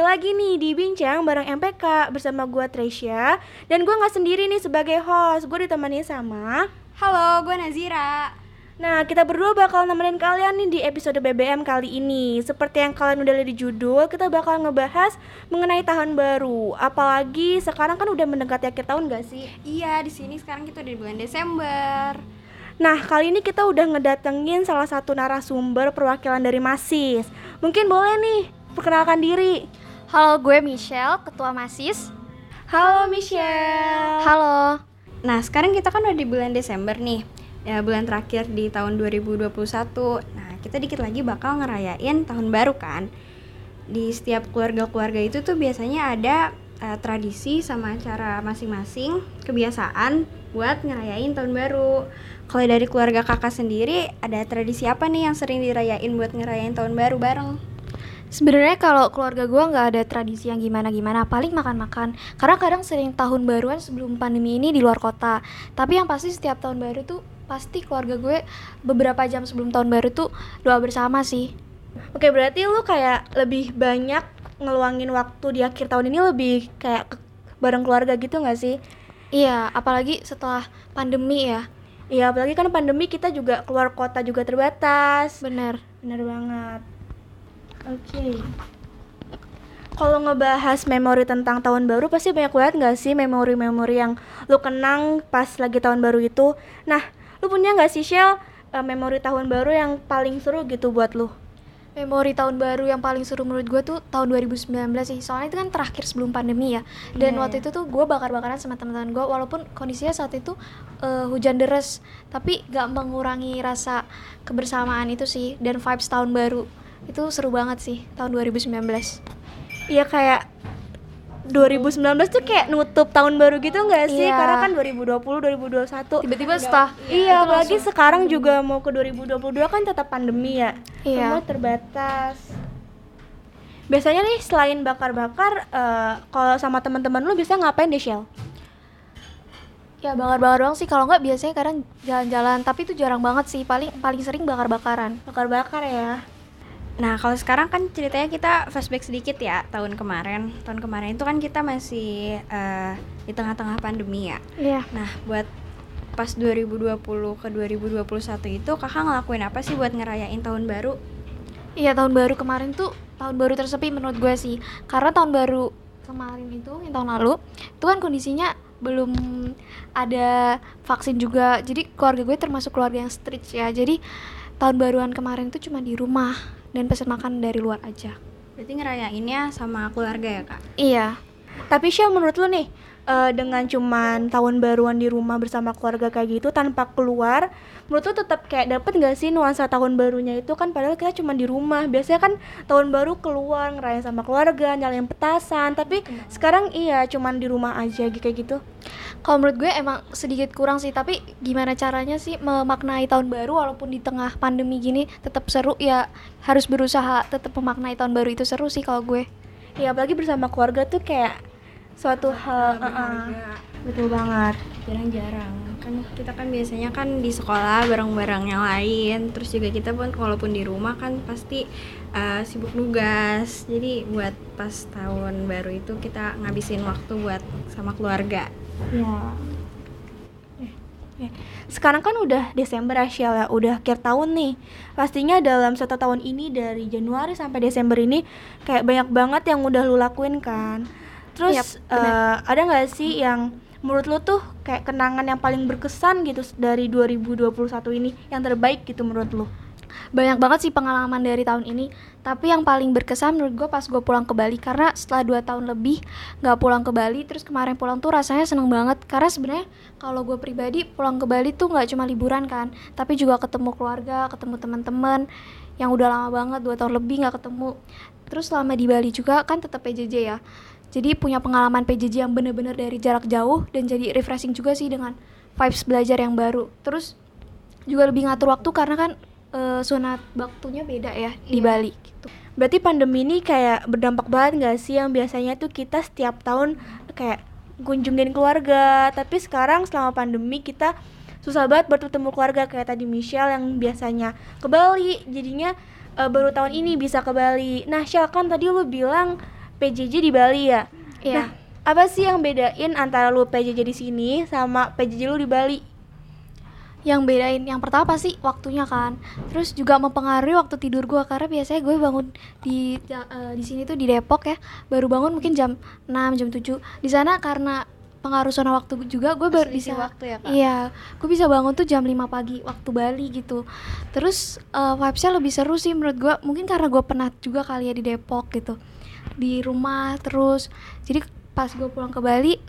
lagi nih di Bincang bareng MPK bersama gue Tresya. Dan gue gak sendiri nih sebagai host, gue ditemani sama... Halo, gue Nazira. Nah, kita berdua bakal nemenin kalian nih di episode BBM kali ini. Seperti yang kalian udah lihat di judul, kita bakal ngebahas mengenai tahun baru. Apalagi sekarang kan udah mendekati akhir tahun gak sih? Iya, di sini sekarang kita udah di bulan Desember. Nah, kali ini kita udah ngedatengin salah satu narasumber perwakilan dari MASIS. Mungkin boleh nih perkenalkan diri. Halo, gue Michelle, ketua MASIS. Halo Michelle. Halo. Nah, sekarang kita kan udah di bulan Desember nih, ya bulan terakhir di tahun 2021. Nah, kita dikit lagi bakal ngerayain tahun baru kan. Di setiap keluarga-keluarga itu tuh biasanya ada tradisi sama acara masing-masing, kebiasaan buat ngerayain tahun baru. Kalau dari keluarga kakak sendiri, ada tradisi apa nih yang sering dirayain buat ngerayain tahun baru bareng? Sebenarnya kalau keluarga gue nggak ada tradisi yang gimana-gimana, paling makan-makan. Karena kadang sering tahun baruan sebelum pandemi ini di luar kota. Tapi yang pasti setiap tahun baru tuh pasti keluarga gue beberapa jam sebelum tahun baru tuh doa bersama sih. Oke, berarti lu kayak lebih banyak ngeluangin waktu di akhir tahun ini lebih kayak bareng keluarga gitu nggak sih? Iya, apalagi setelah pandemi ya. Iya, apalagi kan pandemi kita juga keluar kota juga terbatas. Bener banget. Oke. Kalau ngebahas memori tentang tahun baru pasti banyak banget nggak sih memori-memori yang lu kenang pas lagi tahun baru itu. Nah, lu punya nggak sih Shell memori tahun baru yang paling seru gitu buat lu? Memori tahun baru yang paling seru menurut gue tuh tahun 2019 sih. Soalnya itu kan terakhir sebelum pandemi ya. Dan waktu itu tuh gue bakar-bakaran sama teman-teman gue. Walaupun kondisinya saat itu hujan deras, tapi gak mengurangi rasa kebersamaan itu sih. Dan vibes tahun baru itu seru banget sih tahun 2019. Iya, kayak 2019 tuh kayak nutup tahun baru gitu nggak sih? Iya. Karena kan 2020, 2021 tiba-tiba setelah iya, apalagi sekarang juga mau ke 2022 kan tetap pandemi ya. Iya. Semua terbatas. Biasanya nih selain bakar-bakar, kalau sama teman-teman lu bisa ngapain deh, Shell? Ya bakar-bakar doang sih, kalau nggak biasanya kadang jalan-jalan, tapi itu jarang banget sih, paling sering bakar-bakaran. Bakar-bakar ya. Nah, kalau sekarang kan ceritanya kita flashback sedikit ya, tahun kemarin. Tahun kemarin itu kan kita masih di tengah-tengah pandemi ya. Iya. Nah, buat pas 2020 ke 2021 itu kakak ngelakuin apa sih buat ngerayain tahun baru? Iya, tahun baru kemarin tuh tahun baru tersepi menurut gue sih. Karena tahun baru kemarin itu, yang tahun lalu, itu kan kondisinya belum ada vaksin juga. Jadi keluarga gue termasuk keluarga yang strict ya. Jadi tahun baruan kemarin tuh cuma di rumah dan pesan makan dari luar aja. Berarti ngerayainnya sama keluarga ya, Kak? Iya. Tapi Shell, menurut lu nih, dengan cuman tahun baruan di rumah bersama keluarga kayak gitu tanpa keluar, menurut lu tetap kayak dapet nggak sih nuansa tahun barunya itu kan? Padahal kita cuma di rumah. Biasanya kan tahun baru keluar ngerayain sama keluarga, nyalain petasan. Tapi sekarang iya cuman di rumah aja kayak gitu. Kalau menurut gue emang sedikit kurang sih, tapi gimana caranya sih memaknai tahun baru walaupun di tengah pandemi gini tetap seru ya, harus berusaha tetap memaknai tahun baru itu seru sih kalau gue. Ya apalagi bersama keluarga tuh kayak suatu hal betul banget. Jarang-jarang kan kita kan biasanya kan di sekolah bareng-bareng yang lain, terus juga kita pun walaupun di rumah kan pasti sibuk nugas. Jadi buat pas tahun baru itu kita ngabisin waktu buat sama keluarga. Ya. Sekarang kan udah Desember ya, udah akhir tahun nih. Pastinya dalam 1 tahun ini dari Januari sampai Desember ini kayak banyak banget yang udah lu lakuin kan. Terus ada nggak sih yang menurut lu tuh kayak kenangan yang paling berkesan gitu dari 2021 ini, yang terbaik gitu menurut lu? Banyak banget sih pengalaman dari tahun ini, tapi yang paling berkesan menurut gue pas gue pulang ke Bali. Karena setelah 2 tahun lebih gak pulang ke Bali, terus kemarin pulang tuh rasanya seneng banget. Karena sebenarnya kalau gue pribadi pulang ke Bali tuh gak cuma liburan kan, tapi juga ketemu keluarga, ketemu teman-teman yang udah lama banget, 2 tahun lebih gak ketemu. Terus selama di Bali juga kan tetap PJJ ya, jadi punya pengalaman PJJ yang bener-bener dari jarak jauh, dan jadi refreshing juga sih dengan vibes belajar yang baru. Terus juga lebih ngatur waktu karena kan zona waktunya beda ya di Bali gitu. Berarti pandemi ini kayak berdampak banget gak sih, yang biasanya tuh kita setiap tahun kayak kunjungin keluarga, tapi sekarang selama pandemi kita susah banget buat ketemu keluarga. Kayak tadi Michelle yang biasanya ke Bali, jadinya baru tahun ini bisa ke Bali. Nah Shell, kan tadi lu bilang PJJ di Bali ya. Iya. Nah, apa sih yang bedain antara lu PJJ di sini sama PJJ lu di Bali? Yang bedain yang pertama pasti waktunya kan, terus juga mempengaruhi waktu tidur gue, karena biasanya gue bangun di sini tuh di Depok ya, baru bangun mungkin jam 6 jam 7. Di sana karena pengaruh zona waktu juga, gue baru bisa waktu ya, Kak? iya, gue bisa bangun tuh jam 5 pagi waktu Bali gitu. Terus vibes-nya lebih seru sih menurut gue, mungkin karena gue penat juga kali ya di Depok gitu, di rumah terus. Jadi pas gue pulang ke Bali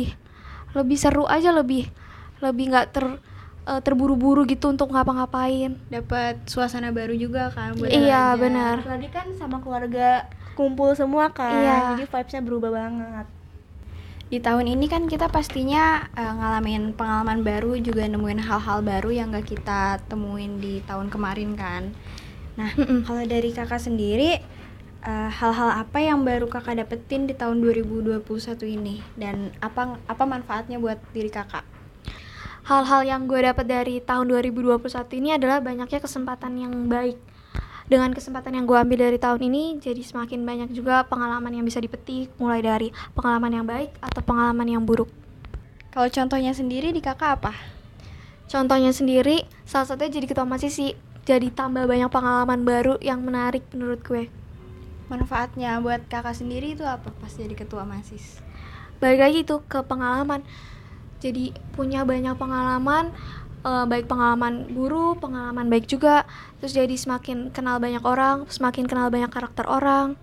lebih seru aja, lebih nggak terburu-buru gitu untuk ngapa-ngapain. Dapat suasana baru juga kan buat Iya, belajar. benar. Apalagi kan sama keluarga kumpul semua kan. Iya. Jadi vibes-nya berubah banget. Di tahun ini kan kita pastinya ngalamin pengalaman baru, juga nemuin hal-hal baru yang gak kita temuin di tahun kemarin kan. Nah, kalau dari kakak sendiri, hal-hal apa yang baru kakak dapetin di tahun 2021 ini? Dan apa manfaatnya buat diri kakak? Hal-hal yang gue dapat dari tahun 2021 ini adalah banyaknya kesempatan yang baik. Dengan kesempatan yang gue ambil dari tahun ini, jadi semakin banyak juga pengalaman yang bisa dipetik, mulai dari pengalaman yang baik atau pengalaman yang buruk. Kalau contohnya sendiri di kakak apa? Contohnya sendiri, salah satunya jadi ketua MASIS sih. Jadi tambah banyak pengalaman baru yang menarik menurut gue. Manfaatnya buat kakak sendiri itu apa pas jadi ketua MASIS? Balik lagi tuh ke pengalaman. Jadi punya banyak pengalaman, baik pengalaman buruk, pengalaman baik juga. Terus jadi semakin kenal banyak orang, semakin kenal banyak karakter orang.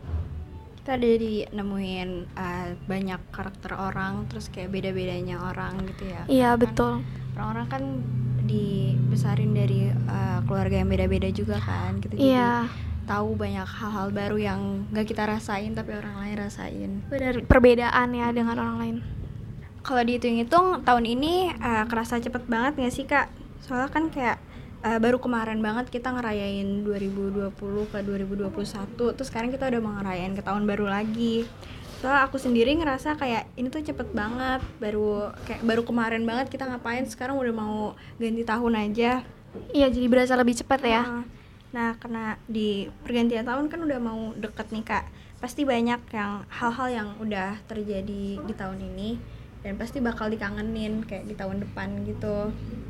Kita jadi nemuin banyak karakter orang, terus kayak beda-bedanya orang gitu ya. Iya, Kan betul. orang-orang kan dibesarin dari keluarga yang beda-beda juga kan gitu. Iya. Jadi tahu banyak hal-hal baru yang gak kita rasain tapi orang lain rasain. Benar, perbedaan ya dengan orang lain. Kalau dihitung-hitung tahun ini kerasa cepet banget gak sih kak? Soalnya kan kayak baru kemarin banget kita ngerayain 2020 ke 2021, terus sekarang kita udah mau ngerayain ke tahun baru lagi. Soalnya aku sendiri ngerasa kayak ini tuh cepet banget, baru kemarin banget kita ngapain, sekarang udah mau ganti tahun aja. Iya, jadi berasa lebih cepat ya. Nah, karena di pergantian tahun kan udah mau deket nih kak, pasti banyak yang hal-hal yang udah terjadi di tahun ini dan pasti bakal dikangenin kayak di tahun depan gitu.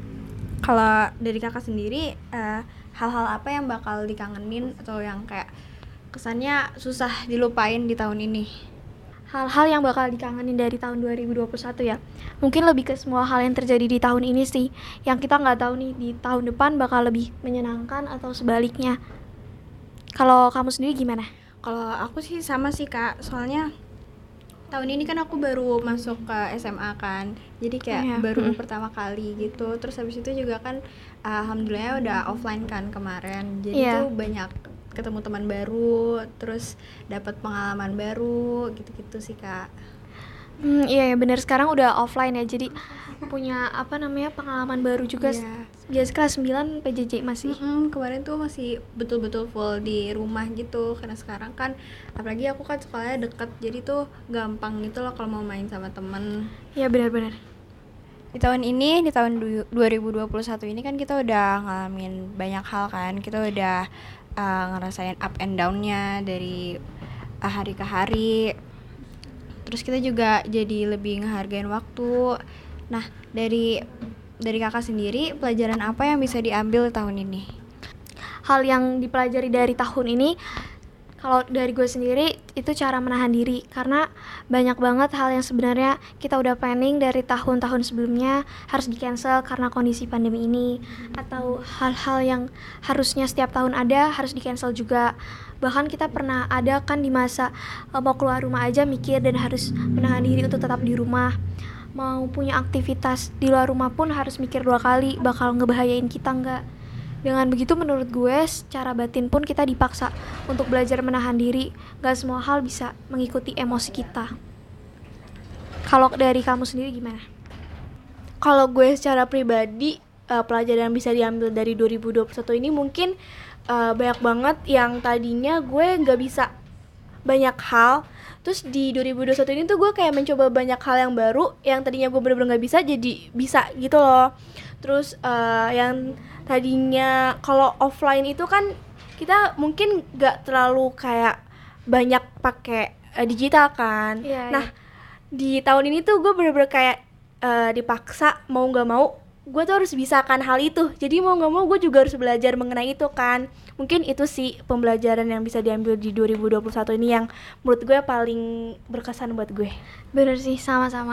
Kalau dari kakak sendiri, hal-hal apa yang bakal dikangenin atau yang kayak kesannya susah dilupain di tahun ini? Hal-hal yang bakal dikangenin dari tahun 2021 ya. Mungkin lebih ke semua hal yang terjadi di tahun ini sih, yang kita nggak tahu nih di tahun depan bakal lebih menyenangkan atau sebaliknya. Kalau kamu sendiri gimana? Kalau aku sih sama sih kak, soalnya tahun ini kan aku baru masuk ke SMA kan, jadi kayak baru pertama kali gitu. Terus habis itu juga kan alhamdulillah udah offline kan kemarin, jadi tuh banyak ketemu teman baru, terus dapat pengalaman baru gitu-gitu sih kak. Iya benar, sekarang udah offline ya, jadi punya pengalaman baru juga. Biasa kelas 9 PJJ masih. Kemarin tuh masih betul-betul full di rumah gitu, karena sekarang kan apalagi aku kan sekolahnya deket, jadi tuh gampang gitu loh kalau mau main sama temen. Iya benar-benar. Di tahun ini, di tahun 2021 ini kan kita udah ngalamin banyak hal kan, kita udah ngerasain up and down-nya dari hari ke hari. Terus kita juga jadi lebih ngehargain waktu. Nah, dari kakak sendiri, pelajaran apa yang bisa diambil tahun ini? Hal yang dipelajari dari tahun ini, kalau dari gue sendiri, itu cara menahan diri. Karena banyak banget hal yang sebenarnya kita udah planning dari tahun-tahun sebelumnya harus di-cancel karena kondisi pandemi ini. Atau hal-hal yang harusnya setiap tahun ada, harus di-cancel juga. Bahkan kita pernah ada kan di masa mau keluar rumah aja mikir dan harus menahan diri untuk tetap di rumah. Mau punya aktivitas di luar rumah pun harus mikir 2 kali bakal ngebahayain kita nggak. Dengan begitu menurut gue secara batin pun kita dipaksa untuk belajar menahan diri. Gak semua hal bisa mengikuti emosi kita. Kalau dari kamu sendiri gimana? Kalau gue secara pribadi, pelajaran yang bisa diambil dari 2021 ini mungkin banyak banget yang tadinya gue gak bisa banyak hal. Terus di 2021 ini tuh gue kayak mencoba banyak hal yang baru, yang tadinya gue bener-bener gak bisa jadi bisa gitu loh. Terus yang tadinya kalau offline itu kan kita mungkin gak terlalu kayak banyak pakai digital kan. Nah di tahun ini tuh gue bener-bener kayak dipaksa mau nggak mau gue tuh harus bisa kan hal itu. Jadi mau nggak mau gue juga harus belajar mengenai itu kan. Mungkin itu sih pembelajaran yang bisa diambil di 2021 ini yang menurut gue paling berkesan buat gue. Bener sih, sama-sama.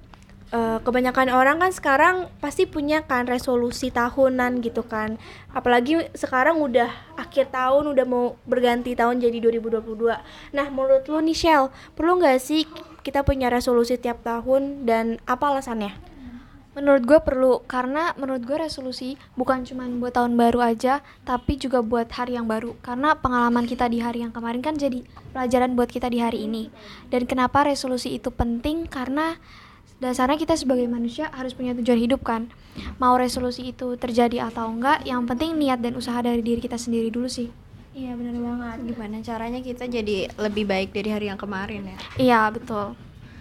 Kebanyakan orang kan sekarang pasti punya kan resolusi tahunan gitu kan. Apalagi sekarang udah akhir tahun, udah mau berganti tahun jadi 2022. Nah menurut lu nih Shell, perlu gak sih kita punya resolusi tiap tahun dan apa alasannya? Menurut gue perlu, karena menurut gue resolusi bukan cuma buat tahun baru aja, tapi juga buat hari yang baru. Karena pengalaman kita di hari yang kemarin kan jadi pelajaran buat kita di hari ini. Dan kenapa resolusi itu penting? Karena dasarnya kita sebagai manusia harus punya tujuan hidup kan. Mau resolusi itu terjadi atau enggak, yang penting niat dan usaha dari diri kita sendiri dulu sih. Iya benar banget. Gimana caranya kita jadi lebih baik dari hari yang kemarin ya? Iya betul.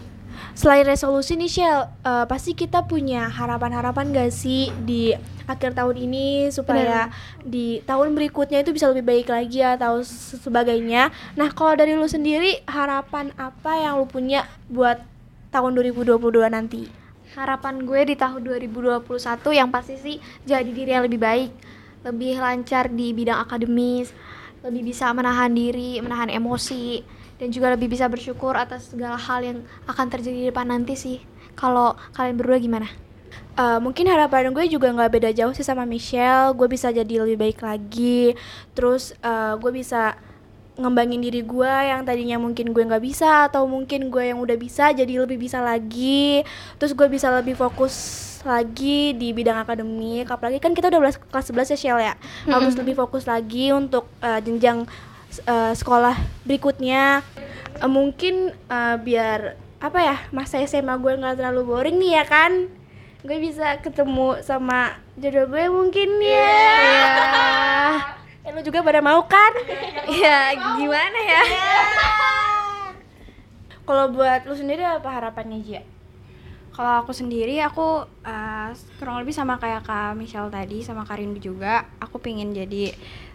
Selain resolusi nih Shell, pasti kita punya harapan-harapan gak sih di akhir tahun ini supaya di tahun berikutnya itu bisa lebih baik lagi atau sebagainya. Nah kalau dari lu sendiri, harapan apa yang lu punya buat tahun 2022 nanti? Harapan gue di tahun 2021 yang pasti sih jadi diri yang lebih baik, lebih lancar di bidang akademis, lebih bisa menahan diri, menahan emosi, dan juga lebih bisa bersyukur atas segala hal yang akan terjadi di depan nanti sih. Kalau kalian berdua gimana? Mungkin harapan gue juga nggak beda jauh sih sama Michelle. Gue bisa jadi lebih baik lagi, terus gue bisa ngembangin diri gue yang tadinya mungkin gue nggak bisa, atau mungkin gue yang udah bisa jadi lebih bisa lagi. Terus gue bisa lebih fokus lagi di bidang akademik, apalagi kan kita udah kelas 11 ya Shell ya. Harus lebih fokus lagi untuk jenjang sekolah berikutnya. Mungkin biar apa ya, masa SMA gue nggak terlalu boring nih ya kan. Gue bisa ketemu sama jodoh gue mungkin ya. Lu juga pada mau kan? Ya gimana ya? Kalau buat lu sendiri apa harapannya Jia? Kalau aku sendiri, aku kurang lebih sama kayak Kak Michelle tadi, sama Kak Rindu juga. Aku pengen jadi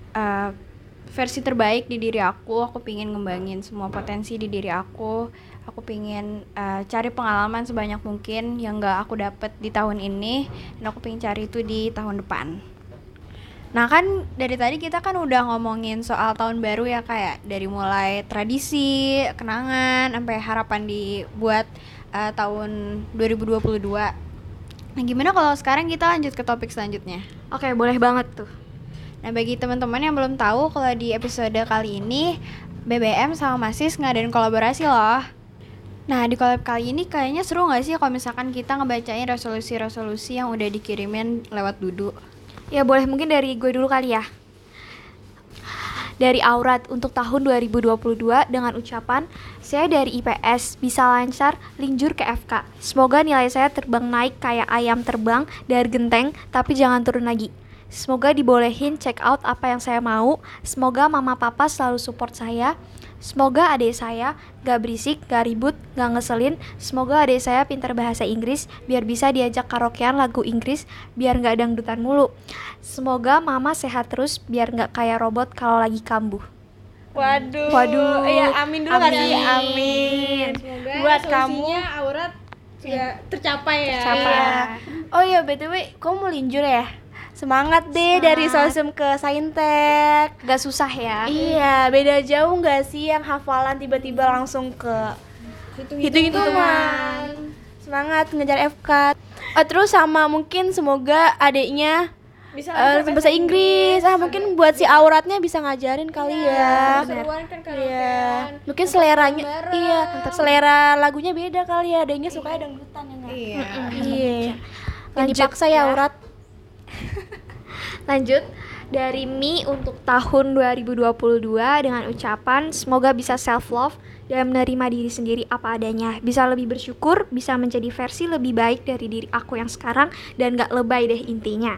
versi terbaik di diri aku. Aku pengen ngembangin semua potensi di diri aku. Aku pengen cari pengalaman sebanyak mungkin yang gak aku dapet di tahun ini, dan aku pengen cari itu di tahun depan. Nah kan dari tadi kita kan udah ngomongin soal tahun baru ya, kayak dari mulai tradisi, kenangan, sampai harapan dibuat tahun 2022. Nah gimana kalau sekarang kita lanjut ke topik selanjutnya? Oke, boleh banget tuh. Nah bagi teman-teman yang belum tahu, kalau di episode kali ini BBM sama Masis ngadain kolaborasi loh. Nah di collab kali ini kayaknya seru gak sih kalau misalkan kita ngebacain resolusi-resolusi yang udah dikirimin lewat Dudu? Ya boleh, mungkin dari gue dulu kali ya. Dari Aurat untuk tahun 2022 dengan ucapan, saya dari IPS bisa lancar linjur ke FK. Semoga nilai saya terbang naik kayak ayam terbang dari genteng, tapi jangan turun lagi. Semoga dibolehin check out apa yang saya mau. Semoga mama papa selalu support saya. Semoga adik saya gak berisik, gak ribut, gak ngeselin. Semoga adik saya pintar bahasa Inggris biar bisa diajak karaokean lagu Inggris biar gak dangdutan mulu. Semoga mama sehat terus biar gak kayak robot kalau lagi kambuh. Waduh. Ya amin dulu kali. Amin. Semoga buat kamu Aurat ya tercapai ya. Iya. Oh iya BTW, kamu mau linjur ya? Semangat deh. Dari Sosum ke Saintek. Gak susah ya. Iya, beda jauh gak sih yang hafalan tiba-tiba langsung ke hitung-hitungan. Semangat ngejar FK. Terus sama mungkin semoga adeknya bisa bahasa Inggris. Mungkin buat si Auratnya bisa ngajarin kali ya. Seruan kan Iya. Mungkin seleranya selera lagunya beda kali ya. Adeknya sukanya dangdutan ya enggak? Iya. Lanjut dipaksa ya Aurat. Lanjut dari Mi untuk tahun 2022 dengan ucapan semoga bisa self love dan menerima diri sendiri apa adanya, bisa lebih bersyukur, bisa menjadi versi lebih baik dari diri aku yang sekarang dan gak lebay deh intinya.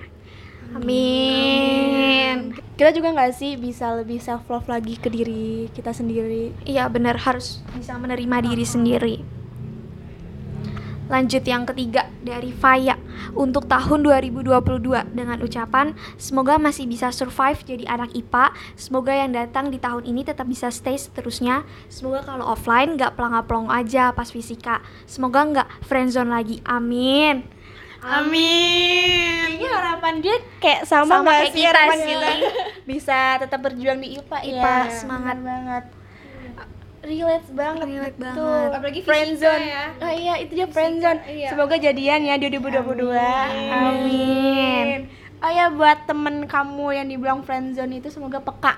Amin. Kita juga gak sih bisa lebih self love lagi ke diri kita sendiri? Iya benar, harus bisa menerima diri sendiri. Lanjut yang ketiga dari Faya untuk tahun 2022 dengan ucapan semoga masih bisa survive jadi anak IPA, semoga yang datang di tahun ini tetap bisa stay seterusnya, semoga kalau offline gak pelangap-pelong aja pas fisika, semoga gak friendzone lagi, amin. Kayaknya harapan dia kayak sama kayak sih kita harapan sih. kita bisa tetap berjuang di IPA IPA, ya. semangat. Bener banget. Relate banget. Relate betul. banget. Apalagi fisika friendzone ya. Oh iya, itu dia friendzone. iya. Semoga jadian ya 2022. Amin. Oh ya, buat temen kamu yang dibilang friendzone itu semoga peka.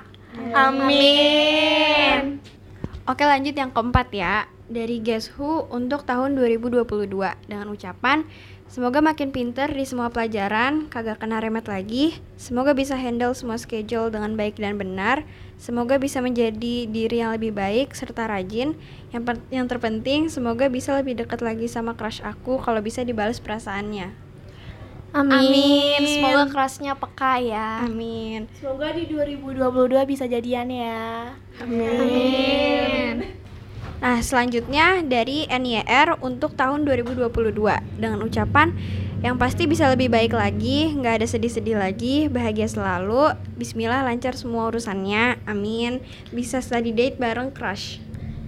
Amin. Oke, lanjut yang keempat ya. Dari Guess Who untuk tahun 2022 dengan ucapan semoga makin pinter di semua pelajaran, kagak kena remet lagi. Semoga bisa handle semua schedule dengan baik dan benar. Semoga bisa menjadi diri yang lebih baik serta rajin. Yang terpenting, semoga bisa lebih dekat lagi sama crush aku kalau bisa dibalas perasaannya. Amin. Semoga kerasnya peka ya. Amin. Semoga di 2022 bisa jadian ya. Amin. Nah, selanjutnya dari NYR untuk tahun 2022 dengan ucapan yang pasti bisa lebih baik lagi, nggak ada sedih-sedih lagi, bahagia selalu, bismillah lancar semua urusannya, amin, bisa study date bareng crush.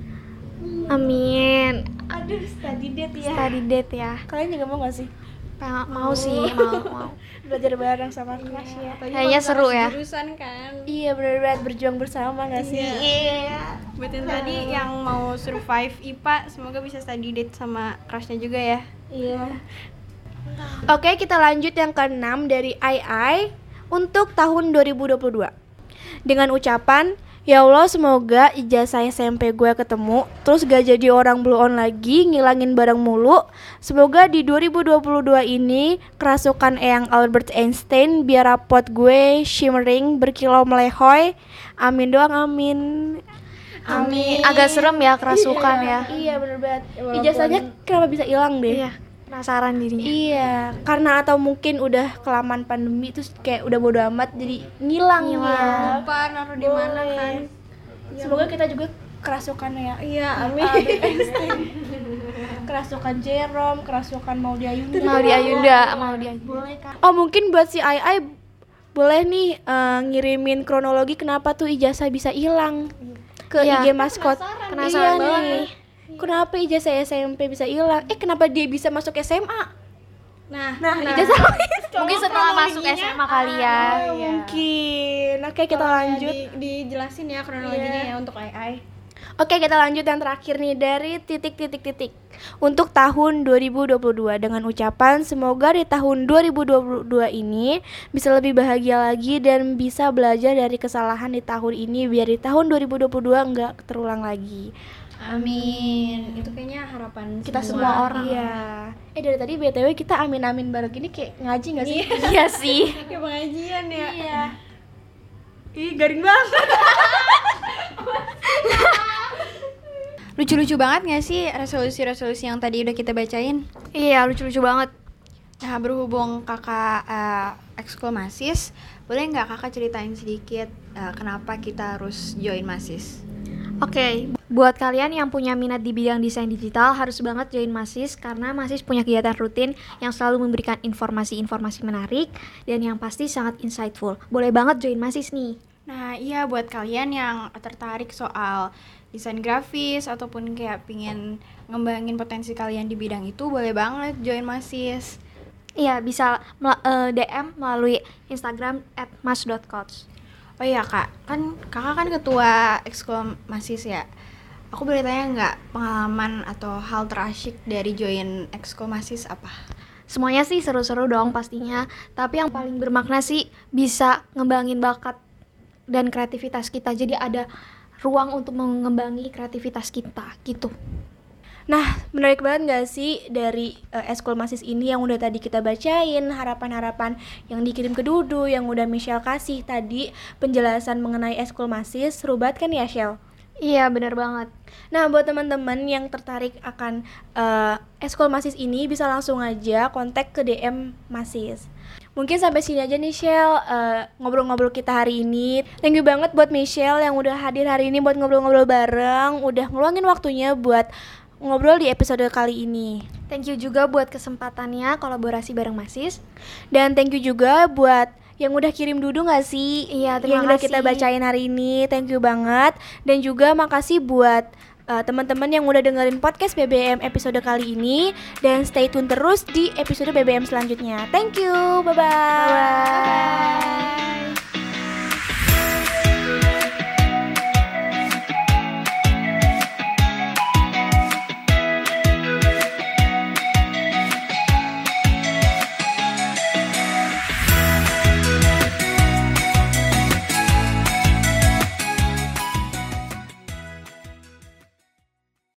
Amin. Aduh, study date ya. Study date ya. Kalian juga mau gak sih? Mau sih, mau. Belajar bareng sama crush ya. Kayaknya seru ya. Jurusan kan. Iya, benar-benar berjuang bersama gak sih? Iya. Buat yang tadi yang mau survive IPA, semoga bisa study date sama crushnya juga ya. Iya. Oke, kita lanjut yang ke-6 dari Ai untuk tahun 2022. Dengan ucapan, ya Allah semoga ijazah SMP gue ketemu, terus gak jadi orang blow on lagi, ngilangin barang mulu. Semoga di 2022 ini kerasukan Eyang Albert Einstein biar rapot gue shimmering berkilau melehoy. Amin doang, amin. Amin. Agak serem ya kerasukan ya. Iya bener banget. Ijazahnya kenapa bisa hilang deh? Iya. Penasaran dirinya. Iya, karena atau mungkin udah kelamaan pandemi terus kayak udah bodo amat jadi ngilang ya. Lupa naruh di mana kan. Semoga kita juga kerasukan ya. Iya, amin. Kerasukan Jerome, kerasukan Maudy Ayunda. Mau di Ayunda. Boleh kan? Oh, mungkin buat si Ai boleh nih ngirimin kronologi kenapa tuh ijazah bisa hilang ke Iya. IG maskot. Penasaran banget nih. Kenapa ijazah SMP bisa hilang? Kenapa dia bisa masuk SMA? Nah, Ijazah Mungkin setelah masuk SMA kali ya. mungkin. Oke, kita lanjut. Dijelasin ya kronologinya ya untuk AI. Oke, kita lanjut yang terakhir nih dari titik. Untuk tahun 2022 dengan ucapan semoga di tahun 2022 ini bisa lebih bahagia lagi dan bisa belajar dari kesalahan di tahun ini biar di tahun 2022 enggak terulang lagi. Amin. Itu kayaknya harapan Kita semua orang. Iya. Dari tadi BTW kita amin-amin bareng gini kayak ngaji enggak sih? Iya sih. Kayak pengajian ya. Iya. Ih, garing banget. Lucu-lucu banget gak sih resolusi-resolusi yang tadi udah kita bacain? Iya, lucu-lucu banget. Nah, berhubung kakak ekskul masis, boleh nggak kakak ceritain sedikit kenapa kita harus join masis? Oke, buat kalian yang punya minat di bidang desain digital harus banget join MASIS karena MASIS punya kegiatan rutin yang selalu memberikan informasi-informasi menarik dan yang pasti sangat insightful. Boleh banget join MASIS nih. Nah, iya buat kalian yang tertarik soal desain grafis ataupun kayak pingin ngembangin potensi kalian di bidang itu, boleh banget join MASIS. Iya, bisa DM melalui Instagram @mas.coach. Oh iya kak, kakak kan ketua ekskul masis ya. Aku boleh tanya nggak pengalaman atau hal terasyik dari join ekskul masis apa? Semuanya sih seru-seru dong pastinya, tapi yang paling bermakna sih bisa ngembangin bakat dan kreativitas kita. Jadi ada ruang untuk mengembangi kreativitas kita gitu. Nah, menarik banget gak sih dari ekskul masis ini yang udah tadi kita bacain, harapan-harapan yang dikirim ke Dudu, yang udah Michelle kasih tadi, penjelasan mengenai ekskul masis, seru banget kan ya, Shell? Iya, benar banget. Nah, buat teman-teman yang tertarik akan ekskul masis ini bisa langsung aja kontak ke DM masis. Mungkin sampai sini aja nih Shell ngobrol-ngobrol kita hari ini. Thank you banget buat Michelle yang udah hadir hari ini buat ngobrol-ngobrol bareng, udah ngeluangin waktunya buat ngobrol di episode kali ini. Thank you juga buat kesempatannya kolaborasi bareng Masis. Dan thank you juga buat yang udah kirim dudu gak sih? Iya, terima yang udah kasih. kita bacain hari ini. Thank you banget. Dan juga makasih buat teman-teman yang udah dengerin podcast BBM episode kali ini. Dan stay tune terus di episode BBM selanjutnya. Thank you. Bye-bye. Bye-bye.